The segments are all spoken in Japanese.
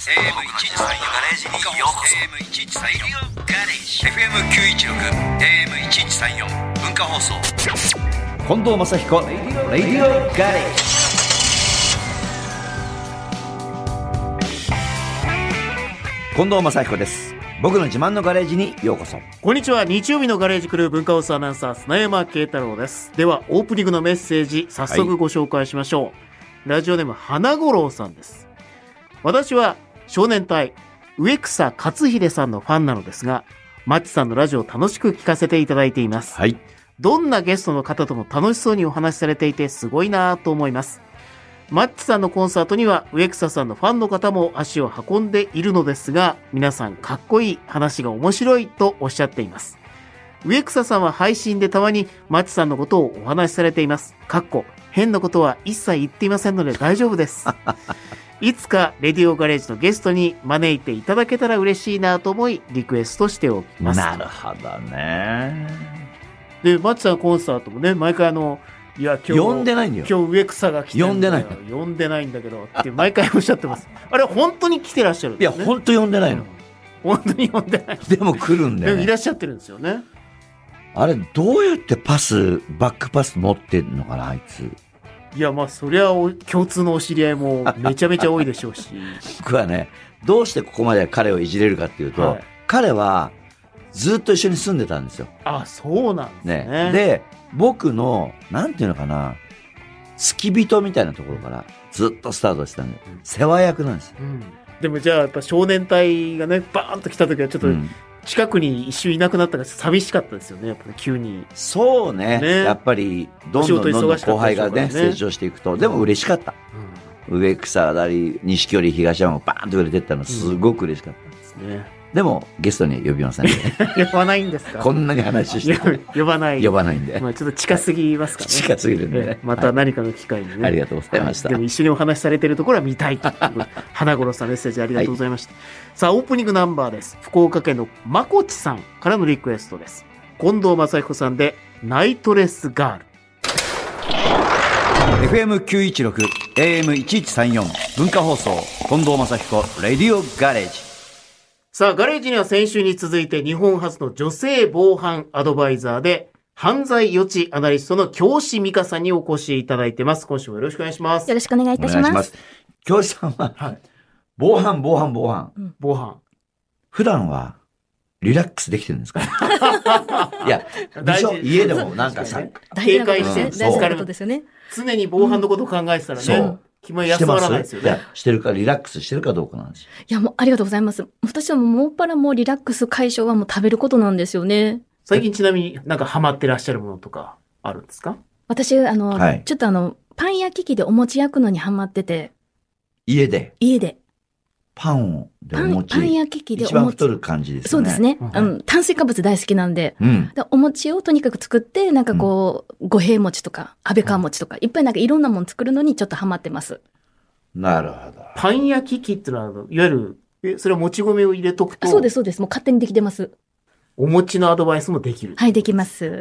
AM1134 ガレージにようこそ。AM1134 ガレージ FM916 AM1134 文化放送。 近藤正彦レディオガレージ。近藤正彦です。僕の自慢のガレージにようこそ。 こんにちは。日曜日のガレージクルー文化放送アナウンサー砂山慶太郎です。ではオープニングのメッセージ早速ご紹介しましょう。ラジオネーム花五郎さんです。私は少年隊植草克秀さんのファンなのですが、マッチさんのラジオを楽しく聞かせていただいています。 はい。 どんなゲストの方とも楽しそうにお話しされていてすごいなと思います。マッチさんのコンサートには植草さんのファンの方も足を運んでいるのですが、皆さんかっこいい、話が面白いとおっしゃっています。植草さんは配信でたまにマッチさんのことをお話しされています。変なことは一切言っていませんので大丈夫です。いつかレディオガレージのゲストに招いていただけたら嬉しいなと思いリクエストしておきます。 なるほどね。 で、マッチさんのコンサートもね、毎回いや今日呼んでないんだよ。 今日植草が来てるんだよ。呼んでないんだけどって毎回おっしゃってます。あれ本当に来てらっしゃるんですね。 いや本当呼んでないの。 本当に呼んでない。 でも来るんだよ、ね。 いらっしゃってるんですよね。 あれどうやってバックパス持ってんのかなあいつ。 いやまあそりゃ共通のお知り合いもめちゃめちゃ多いでしょうし。 僕はね、どうしてここまで彼をいじれるかっていうと、はい、彼はずっと一緒に住んでたんですよ。 あ、そうなんですね。 で、僕のなんていうのかな、付き人みたいなところからずっとスタートしてたんで、世話役なんですよ。 でもじゃあやっぱ少年隊がねバーンと来た時はちょっと近くに一瞬いなくなったから寂しかったですよね。やっぱり急に。 そうね。やっぱりどんどん後輩がね成長していくと、でも嬉しかった。植草なり錦織東山もバーンと売れてったのすごく嬉しかったですね。でもゲストに呼びませんね。 呼ばないんですか。 こんなに話して呼ばないんで、 まあ、ちょっと近すぎますかね。 近すぎるんでね、 また何かの機会にね、 ありがとうございました。 でも一緒にお話しされているところは見たいという花五郎さんメッセージありがとうございました。さあオープニングナンバーです。福岡県のまこちさんからのリクエストです。近藤正彦さんでナイトレスガール。 FM916 AM1134 文化放送近藤正彦レディオガレージ。 さあ、ガレージには先週に続いて日本初の女性防犯アドバイザーで犯罪予知アナリストの京師美香さんにお越しいただいてます。今週もよろしくお願いします。 よろしくお願いいたします。 京師さんは、はい、防犯。普段はリラックスできてるんですか？いや、家でもなんかさ、 警戒して大事なことですよね。 常に防犯のことを考えてたらね。気も休まらないですよね。 してるか、リラックスしてるかどうかなんですよ。 いや、もうありがとうございます。私はもっぱらもうリラックス解消はもう食べることなんですよね。 最近ちなみになんかハマってらっしゃるものとかあるんですか？ 私、はい、ちょっとパン焼き器でお餅焼くのにハマってて。 家でパンをでお餅。 パン焼き器でお餅。 一番太る感じですね。 そうですね。炭水化物大好きなんで、でお餅をとにかく作って、なんかこう、五平餅とか、安倍川餅とか、いっぱいなんかいろんなもの作るのにちょっとハマってます。 なるほど。 パン焼き器ってのは、いわゆる、それはもち米を入れとくと。 そうです。もう勝手にできてます。 お餅のアドバイスもできる。 はい、できます。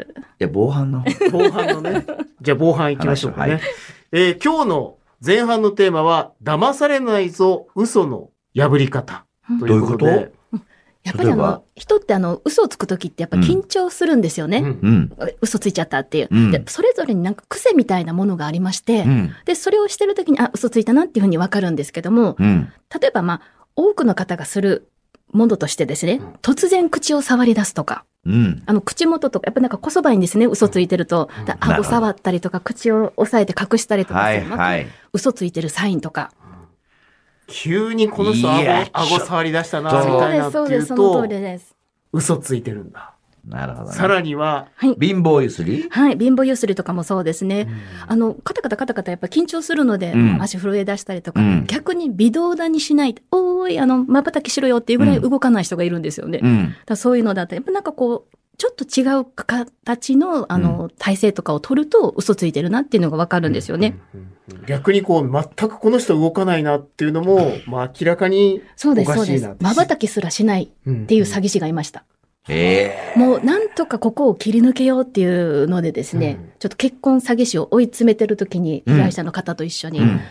防犯のね。 じゃあ防犯行きましょうかね。今日の前半のテーマは、騙されないぞ、嘘の破り方。ということで。 どういうこと？ やっぱり人って嘘をつくときってやっぱ緊張するんですよね。嘘ついちゃったっていう、で。それぞれになんか癖みたいなものがありまして、で、それをしてるときに、嘘ついたなっていうふうにわかるんですけども、例えば多くの方がするものとしてですね、突然口を触り出すとか、口元とか、やっぱなんかこそばいんですね、嘘ついてると。顎触ったりとか、口を押さえて隠したりとかする、嘘ついてるサインとか。 急にこの人顎触り出したな、みたいなっていうと、 その通りです。 嘘ついてるんだ。 なるほど、ね。 さらには、 貧乏ゆすり？ はい、貧乏ゆすりとかもそうですね。カタカタやっぱ緊張するので、足震え出したりとか、逆に微動だにしない、おーい、瞬きしろよっていうぐらい動かない人がいるんですよね。だそういうのだったら、やっぱなんかこう、ちょっと違う形の、体勢とかを取ると嘘ついてるなっていうのがわかるんですよね。 逆にこう、全くこの人動かないなっていうのも、明らかにおかしいな。 瞬きすらしないっていう詐欺師がいました。もうなんとかここを切り抜けようっていうのでですね、ちょっと結婚詐欺師を追い詰めてる時に被害者の方と一緒に、もう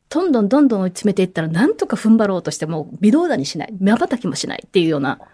どんどん追い詰めていったら、なんとか踏ん張ろうとしても、微動だにしない。瞬きもしないっていうような。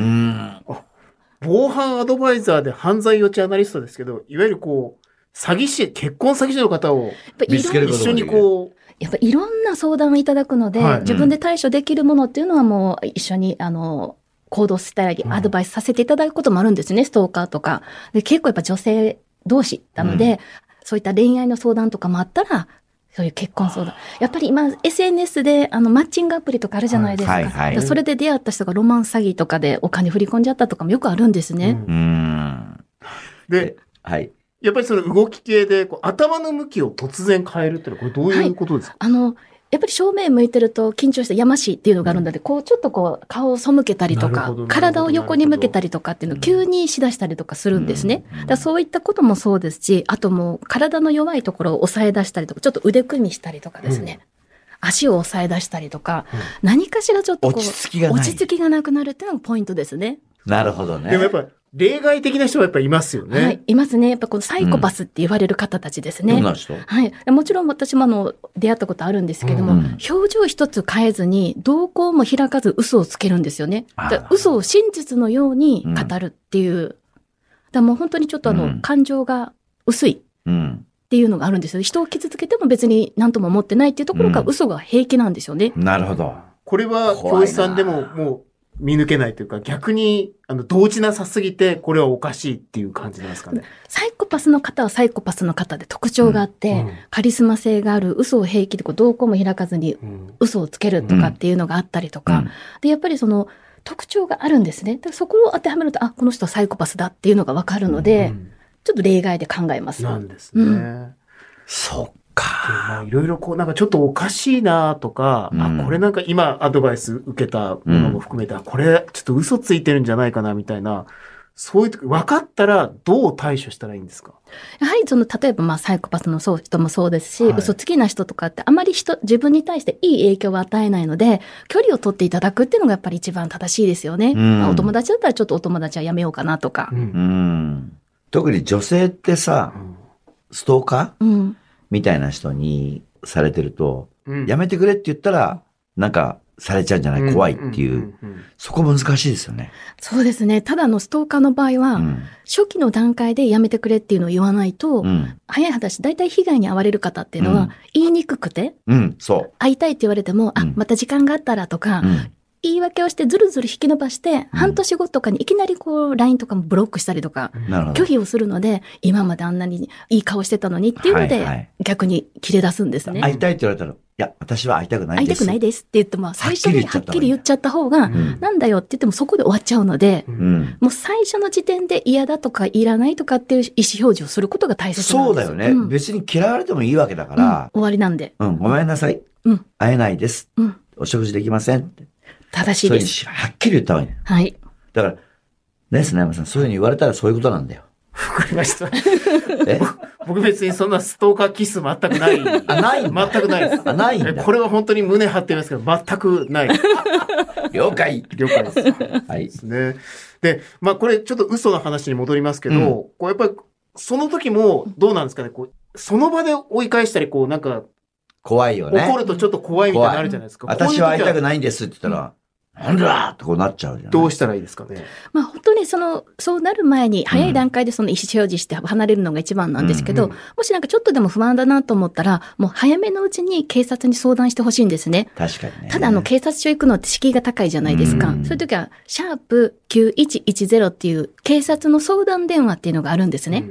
防犯アドバイザーで犯罪予知アナリストですけど、いわゆるこう、結婚詐欺師の方を見つけることができる。一緒にこう、 やっぱいろんな相談をいただくので、自分で対処できるものっていうのはもう一緒に、行動したり、アドバイスさせていただくこともあるんですね、ストーカーとか。で、結構やっぱ女性同士なので、そういった恋愛の相談とかもあったら、そういう結婚相談。やっぱり今、SNS で、マッチングアプリとかあるじゃないですか。それで出会った人がロマンス詐欺とかでお金振り込んじゃったとかもよくあるんですね。 で、やっぱりその動き系で、頭の向きを突然変えるっていうのは、これどういうことですか？ やっぱり正面向いてると緊張してやましいっていうのがあるので、こうちょっとこう顔を背けたりとか、体を横に向けたりとかっていうのを急にしだしたりとかするんですね。だからそういったこともそうですし、あともう体の弱いところを押さえ出したりとか、ちょっと腕組みしたりとかですね。足を押さえ出したりとか、何かしらちょっとこう、落ち着きがなくなるっていうのがポイントですね。 なるほどね。 でもやっぱり例外的な人はやっぱいますよね。 はい、いますね。やっぱこのサイコパスって言われる方たちですね。 どんな人？ はい。もちろん私も出会ったことあるんですけども、表情一つ変えずに、瞳孔も開かず嘘をつけるんですよね。嘘を真実のように語るっていう。だもう本当にちょっと感情が薄いっていうのがあるんですよ。人を傷つけても別に何とも思ってないっていうところが嘘が平気なんですよね。 なるほど。 これは教師さんでももう見抜けないというか、逆に動じなさすぎてこれはおかしいっていう感じなんですかね。 サイコパスの方はサイコパスの方で特徴があって、カリスマ性がある、嘘を平気で瞳孔も開かずに嘘をつけるとかっていうのがあったりとか、でやっぱりその特徴があるんですね。だからそこを当てはめると、あ、この人はサイコパスだっていうのがわかるので、ちょっと例外で考えます。 なんですね。 そっか。 まあいろいろこうなんかちょっとおかしいなとか、これなんか今アドバイス受けたものも含めて、これちょっと嘘ついてるんじゃないかなみたいな、そういう時分かったらどう対処したらいいんですか？ やはり例えばサイコパスの人もそうですし、嘘つきな人とかってあまり自分に対していい影響を与えないので、距離を取っていただくっていうのがやっぱり一番正しいですよね。お友達だったらちょっとお友達はやめようかなとか。 特に女性ってさ、ストーカー、みたいな人にされてると、やめてくれって言ったら、なんかされちゃうんじゃない、怖いっていう、そこ難しいですよね。 そうですね。ただストーカーの場合は、初期の段階でやめてくれっていうのを言わないと、早い話、だいたい被害に遭われる方っていうのは、言いにくくて、会いたいって言われても、また時間があったらとか、言い訳をしてずるずる引き伸ばして、半年後とかにいきなりLINE とかもブロックしたりとか、拒否をするので、今まであんなにいい顔してたのにっていうので、逆に切れ出すんですね。 会いたいって言われたら、いや、私は会いたくないです。 会いたくないですって言っても、最初にはっきり言っちゃった方が、なんだよって言ってもそこで終わっちゃうので、もう最初の時点で嫌だとかいらないとかっていう意思表示をすることが大切なんです。 そうだよね。別に嫌われてもいいわけだから。 終わりなんで。 ごめんなさい。会えないです。お食事できませんって。 正しいです。 はっきり言った方がいいね。 はい。 だから、ね、砂山さん、そういうふうに言われたらそういうことなんだよ。 わかりました。僕別にそんなストーカーキス全くない。 ない全くないです。 ないんだ。 これは本当に胸張ってますけど、全くない。 了解です。はい。ですね。で、まあこれちょっと嘘の話に戻りますけど、こうやっぱりその時もどうなんですかね、こう、その場で追い返したり、こうなんか、 怖いよね。 怒るとちょっと怖いみたいになるじゃないですか。 私は会いたくないんですって言ったら、なんだってこうなっちゃうじゃん。 どうしたらいいですかね。 まあ本当にそうなる前に早い段階でその意思表示して離れるのが一番なんですけど、もしなんかちょっとでも不安だなと思ったら、もう早めのうちに警察に相談してほしいんですね。 確かにね。 ただ警察署行くのって敷居が高いじゃないですか。そういう時は、#9110っていう警察の相談電話っていうのがあるんですね。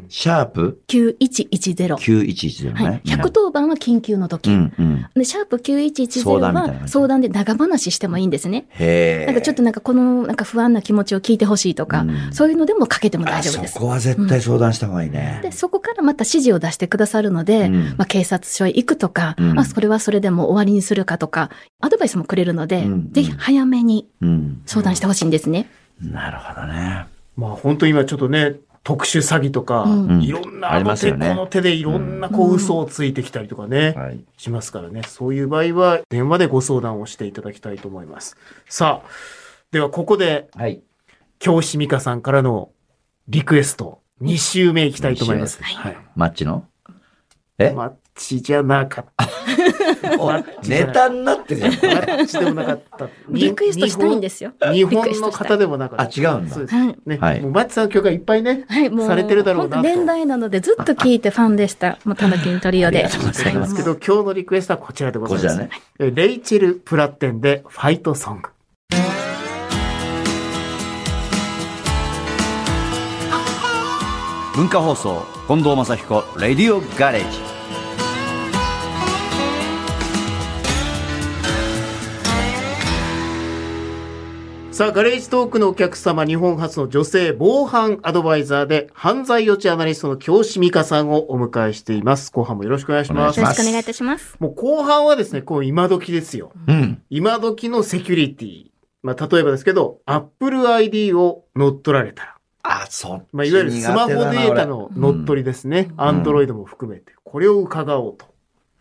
#9110。9110ね。 はい。110番は緊急の時。で、#9110は相談で長話してもいいんですね。なんかちょっとこの不安な気持ちを聞いてほしいとか、そういうのでもかけても大丈夫です。 そこは絶対相談した方がいいね。 で、そこからまた指示を出してくださるので、警察署へ行くとか、それはそれでも終わりにするかとか、アドバイスもくれるので、ぜひ早めに相談してほしいんですね。 なるほどね。 まあ本当に今ちょっとね、特殊詐欺とか、いろんなこの手でいろんな嘘をついてきたりとかね、しますからね。そういう場合は電話でご相談をしていただきたいと思います。さあ、ではここで、京師美香さんからのリクエスト、2週目いきたいと思います。 マッチのマッチじゃなかった。 ネタになってるじゃん。 マッチでもなかった。 リクエストしたいんですよ。 日本の方でもなかった。 違うんだ。 そうです。ね。もうマッチさんの曲がいっぱいね、されてるだろうなと。 年代なのでずっと聴いてファンでした。もうたぬきんトリオで。 ありがとうございますけど、今日のリクエストはこちらでございます。 こちらね。 レイチェル・プラッテンでファイトソング。 文化放送近藤正彦レディオガレージ。 さあ、ガレージトークのお客様、日本初の女性防犯アドバイザーで犯罪予知アナリストの京師美香さんをお迎えしています。後半もよろしくお願いします。 よろしくお願いいたします。 もう後半はですね、こう今時ですよ。今時のセキュリティ。まあ、例えばですけど、Apple ID を乗っ取られたら。まあ、いわゆるスマホデータの乗っ取りですね。Android も含めて。これを伺おうと。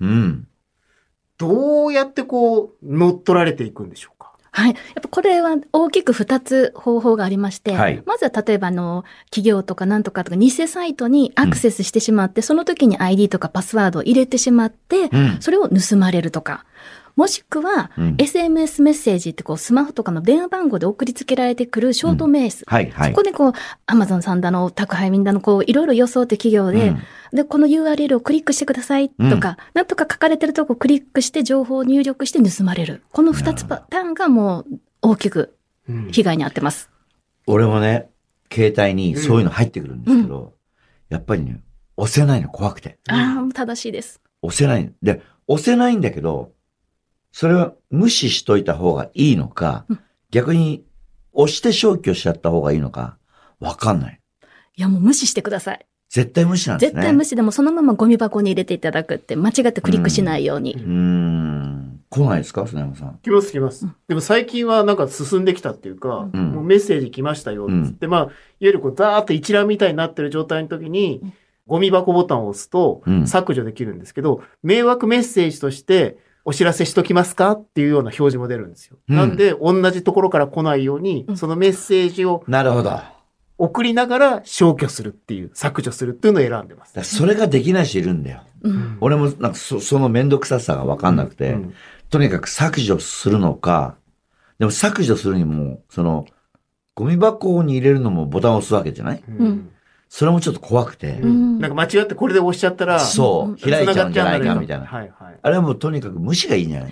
どうやってこう、乗っ取られていくんでしょうか？ はい。やっぱこれは大きく2つ方法がありまして、まずは例えば企業とかなんとかとか偽サイトにアクセスしてしまって、その時に ID とかパスワードを入れてしまって、それを盗まれるとか。もしくは、SMS メッセージってスマホとかの電話番号で送りつけられてくるショートメール。そこでAmazon さんだの、宅配便だの、いろいろ装って企業で、で、この URL をクリックしてくださいとか、なんとか書かれてるとこをクリックして情報を入力して盗まれる。この2つパターンがもう大きく被害に遭ってます。 俺もね、携帯にそういうの入ってくるんですけど、やっぱりね、押せないの怖くて。 正しいです。 押せない。で、押せないんだけど、それは無視しといた方がいいのか、逆に押して消去しちゃった方がいいのか、わかんない。 いや、もう無視してください。 絶対無視なんですね。 絶対無視でもそのままゴミ箱に入れていただくって、間違ってクリックしないように。 来ないですか、砂山さん。 来ます。でも最近はなんか進んできたっていうか、もうメッセージ来ましたよっつって、まあ、いわゆるザーッと一覧みたいになってる状態の時に、ゴミ箱ボタンを押すと削除できるんですけど、迷惑メッセージとして、お知らせしときますかっていうような表示も出るんですよ。なんで、同じところから来ないように、そのメッセージを、 なるほど。 送りながら消去するっていう、削除するっていうのを選んでます。 それができない人いるんだよ。俺もなんかそのめんどくささがわかんなくて、とにかく削除するのか、でも削除するにも、ゴミ箱に入れるのもボタンを押すわけじゃない？それもちょっと怖くて。 なんか間違ってこれで押しちゃったら。 そう。開いちゃうんじゃないかみたいな。あれはもうとにかく無視がいいんじゃない？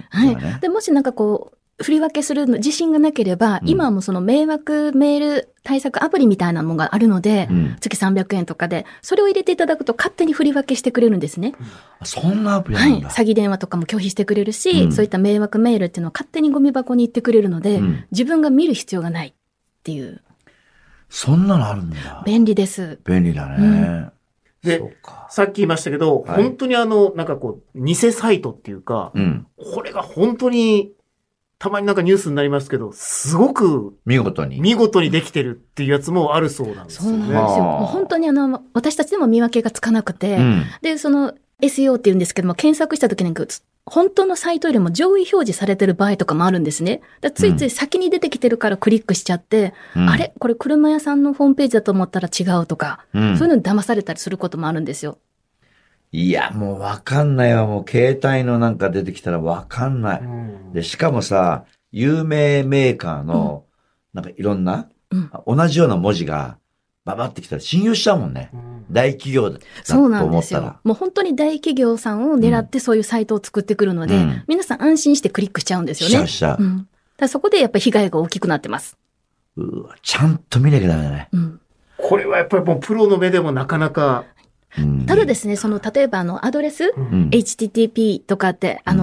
で、もしなんか振り分けする自信がなければ、今はもうその迷惑メール対策アプリみたいなのがあるので、月300円とかで、それを入れていただくと勝手に振り分けしてくれるんですね。 そんなアプリなんだ。 詐欺電話とかも拒否してくれるし、そういった迷惑メールっていうのを勝手にゴミ箱に行ってくれるので、自分が見る必要がないっていう。 そんなのあるんだ。 便利です。 便利だね。 で、さっき言いましたけど、本当になんか偽サイトっていうか、これが本当に、たまになんかニュースになりますけど、すごく見事にできてるっていうやつもあるそうなんですよね。 そうなんですよ。もう本当に私たちでも見分けがつかなくて、で、SEO って言うんですけども、検索した時に本当のサイトよりも上位表示されてる場合とかもあるんですね。ついつい先に出てきてるからクリックしちゃって、あれこれ車屋さんのホームページだと思ったら違うとか、そういうのに騙されたりすることもあるんですよ。 いや、もうわかんないわ。もう携帯のなんか出てきたらわかんない。で、しかもさ、有名メーカーの、なんかいろんな、同じような文字がババってきたら信用しちゃうもんね。大企業だと思ったら。 そうなんですよ。もう本当に大企業さんを狙ってそういうサイトを作ってくるので、皆さん安心してクリックしちゃうんですよね。 しちゃう。 だそこでやっぱり被害が大きくなってます。 ちゃんと見なきゃダメだね。 これはやっぱりもうプロの目でもなかなか。 ただですね、例えばアドレス、HTTP とかって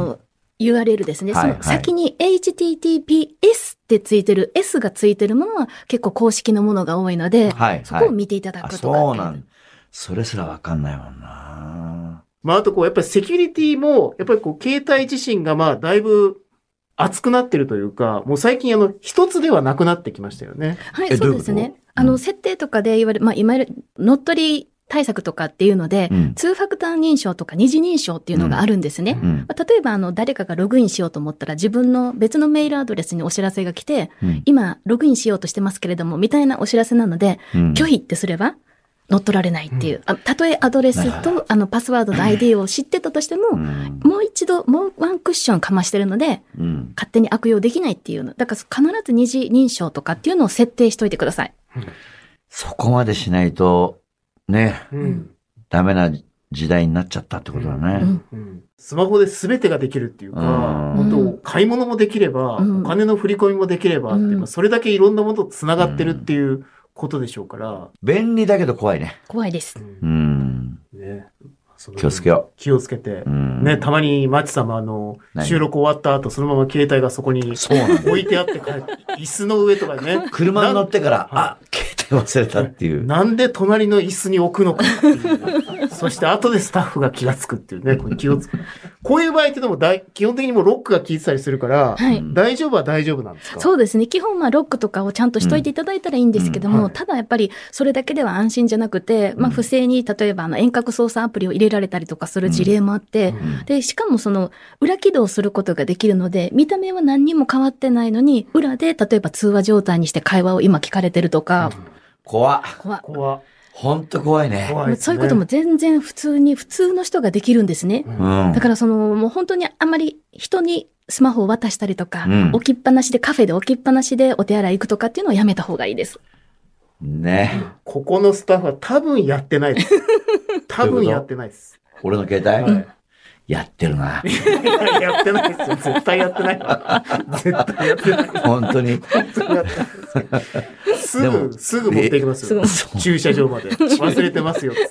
、URL ですね。その先に HTTPS ってついてる、S がついてるものは結構公式のものが多いので、そこを見ていただくとか。 そうなんそれすらわかんないもんな。 まあ、あとやっぱりセキュリティも、やっぱり携帯自身がだいぶ熱くなってるというか、もう最近一つではなくなってきましたよね。 はい、そうですね。設定とかでいわゆる、いわゆる乗っ取り対策とかっていうので、2ファクター認証とか二次認証っていうのがあるんですね。例えば誰かがログインしようと思ったら自分の別のメールアドレスにお知らせが来て、今ログインしようとしてますけれども、みたいなお知らせなので、拒否ってすれば、 乗っ取られないっていう。たとえアドレスとパスワードの ID を知ってたとしても、もう一度、もうワンクッションかましてるので、勝手に悪用できないっていうの。だから必ず二次認証とかっていうのを設定しといてください。 そこまでしないと、ね、ダメな時代になっちゃったってことだね。 スマホで全てができるっていうか、本当買い物もできれば、お金の振り込みもできればって、それだけいろんなものと繋がってるっていうことでしょうから。 便利だけど怖いね。 怖いです。 ね、 気をつけよう。 気をつけて。ね、たまにマッチさんも収録終わった後、そのまま携帯がそこに置いてあって、椅子の上とかね。 車に乗ってから、携帯忘れたっていう。 なんで隣の椅子に置くのかっていう。そして後でスタッフが気がつくっていうね。こういう場合ってでも基本的にもうロックが効いてたりするから、大丈夫は大丈夫なんですか？ そうですね。基本ロックとかをちゃんとしといていただいたらいいんですけども、ただやっぱりそれだけでは安心じゃなくて、不正に例えば遠隔操作アプリを入れられたりとかする事例もあって、で、しかもその裏起動することができるので、見た目は何にも変わってないのに、裏で例えば通話状態にして会話を今聞かれてるとか。 怖っ。 ほんと怖いね。 そういうことも全然普通の人ができるんですね。だからもう本当にあんまり人にスマホを渡したりとか、置きっぱなしでカフェで置きっぱなしでお手洗い行くとかっていうのをやめた方がいいです。 ね。 ここのスタッフは多分やってないです。多分やってないです。 俺の携帯、やってるな。 やってないですよ。絶対やってない。絶対やってない。 本当に。 すぐ持っていきますよ。駐車場まで。忘れてますよ。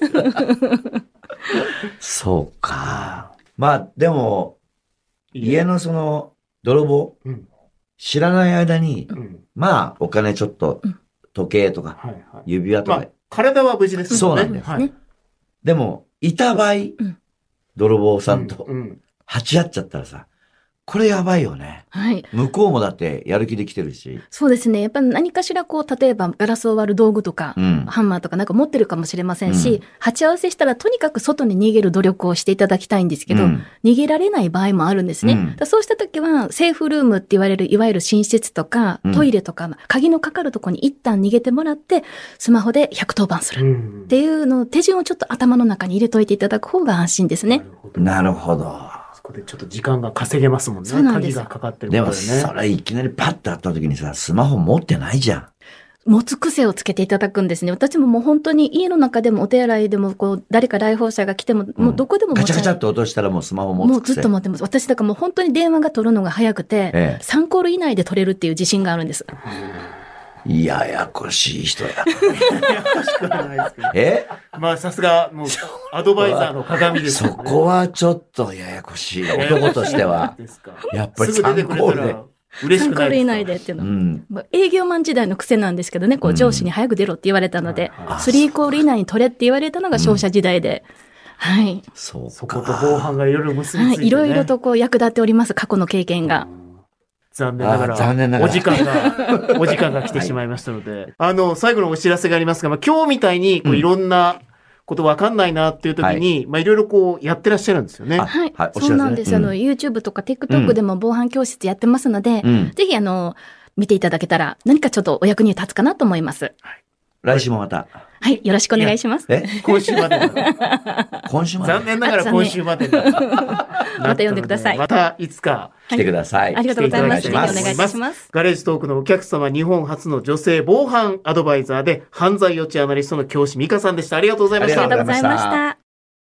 そうか。まあ、でも、家のその、泥棒、知らない間に、まあ、お金ちょっと、時計とか、指輪とか。 体は無事ですね。 そうなんだよ。でも、いた場合、泥棒さんと、鉢合っちゃったらさ、これやばいよね。 はい。 向こうもだってやる気で来てるし。 そうですね。やっぱり何かしら例えばガラスを割る道具とか、ハンマーとかなんか持ってるかもしれませんし、鉢合わせしたらとにかく外に逃げる努力をしていただきたいんですけど、逃げられない場合もあるんですね。そうした時は、セーフルームって言われる、いわゆる寝室とか、トイレとか、鍵のかかるところに一旦逃げてもらって、スマホで110番するっていうのを手順をちょっと頭の中に入れといていただく方が安心ですね。 なるほど。 ここでちょっと時間が稼げますもんね。鍵がかかってることでね。 でも、それいきなりパッとあった時にさ、スマホ持ってないじゃん。 持つ癖をつけていただくんですね。私ももう本当に家の中でもお手洗いでも誰か来訪者が来ても、もうどこでもガチャガチャって落としたらもうスマホ持つ癖。 もうずっと持ってます。私だからもう本当に電話が取るのが早くて、3コール以内で取れるっていう自信があるんです。 ややこしい人や。 ややこしくはないですけど。まあさすが、もう、アドバイザーの鏡ですよね。 そこはちょっとややこしい。男としては。やっぱり3コールで。 嬉しくないですか？3コール以内でっていうの。営業マン時代の癖なんですけどね、上司に早く出ろって言われたので、3コール以内に取れって言われたのが商社時代で。はい。 そこと防犯がいろいろ結びついてね。 いろいろと役立っております、過去の経験が。 残念ながら、お時間が来てしまいましたので、最後のお知らせがありますが、今日みたいに、いろんなことわかんないなっていう時に、いろいろやってらっしゃるんですよね。 はい。そうなんです。YouTube とか TikTok でも防犯教室やってますので、ぜひ見ていただけたら、何かちょっとお役に立つかなと思います。 来週もまた。 はい、よろしくお願いします。 今週まで。 今週まで。 残念ながら今週まで。 また読んでください。 またいつか来てください。 ありがとうございます。ぜひお願いします。 ガレージトークのお客様、日本初の女性防犯アドバイザーで、犯罪予知アナリストの教師美香さんでした。ありがとうございました。 ありがとうございました。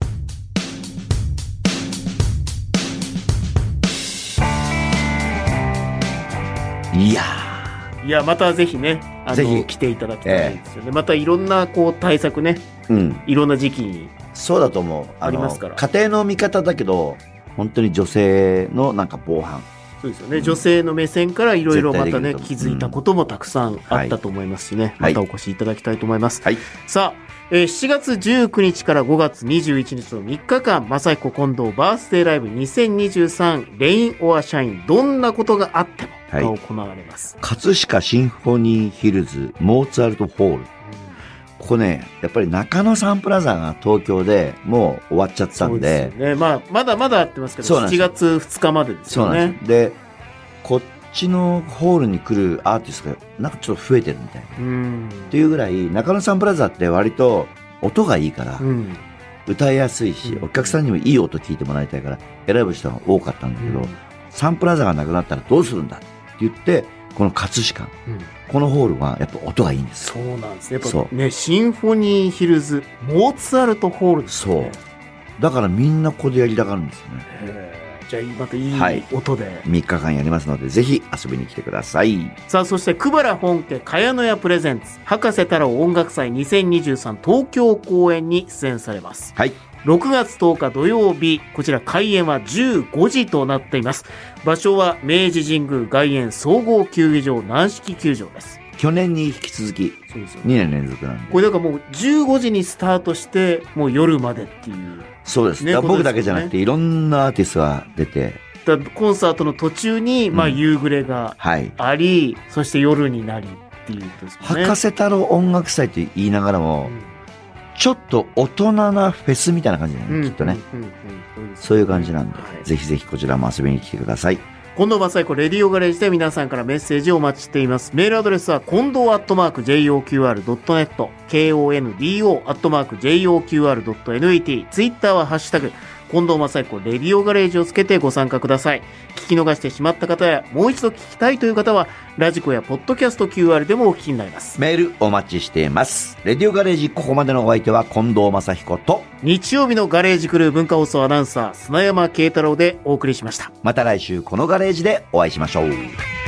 いや、またぜひね、来ていただきたいですよね。またいろんな対策ね、いろんな時期に。 そうだと思う。 ありますから。 家庭の味方だけど、本当に女性の防犯。 そうですよね。女性の目線からいろいろまたね、気づいたこともたくさんあったと思いますしね。またお越しいただきたいと思います。さあ、7月19日から5月21日の3日間、正彦近藤バースデーライブ2023レインオアシャイン、どんなことがあってもが行われます。 葛飾シンフォニーヒルズモーツァルトホール。ここね、やっぱり中野サンプラザが東京でもう終わっちゃったんで。 そうですね。まだまだやってますけど、7月2日までですよね。そうなんです。 で、こっちのホールに来るアーティストがなんかちょっと増えてるみたいな。っていうぐらい、中野サンプラザって割と音がいいから、歌いやすいし、お客さんにもいい音聞いてもらいたいから選ぶ人が多かったんだけど、サンプラザがなくなったらどうするんだって言って、この葛飾、このホールはやっぱ音がいいんです。 そうなんですね。やっぱね、シンフォニーヒルズ、モーツァルトホールですね。 そう。だからみんなここでやりたがるんですよね。 じゃあまたいい音で、 3日間やりますので、ぜひ遊びに来てください。 さあ、そして久原本家茅野屋プレゼンツ博士太郎音楽祭2023東京公演に出演されます。 はい。 6月10日土曜日、こちら開演は15時となっています。場所は明治神宮外苑総合球技場軟式球場です。 去年に引き続き2年連続なんで、 これだからもう15時にスタートしてもう夜までっていう、 そうですね。僕だけじゃなくていろんなアーティストが出て、 コンサートの途中に夕暮れがあり、そして夜になりっていうことですね。 博士太郎音楽祭と言いながらも、ちょっと大人なフェスみたいな感じだね、きっとね。そういう感じなんで、ぜひぜひこちらも遊びに来てください。 近藤正彦レディオガレージで皆さんからメッセージをお待ちしています。メールアドレスは近藤@joqr.net、kondo@joqr.net、ツイッターはハッシュタグ近藤正彦レディオガレージをつけてご参加ください。聞き逃してしまった方やもう一度聞きたいという方はラジコやポッドキャスト QR でもお聞きになります。 メールお待ちしています。レディオガレージ、ここまでのお相手は近藤正彦と、 日曜日のガレージクルー文化放送アナウンサー砂山慶太郎でお送りしました。 また来週このガレージでお会いしましょう。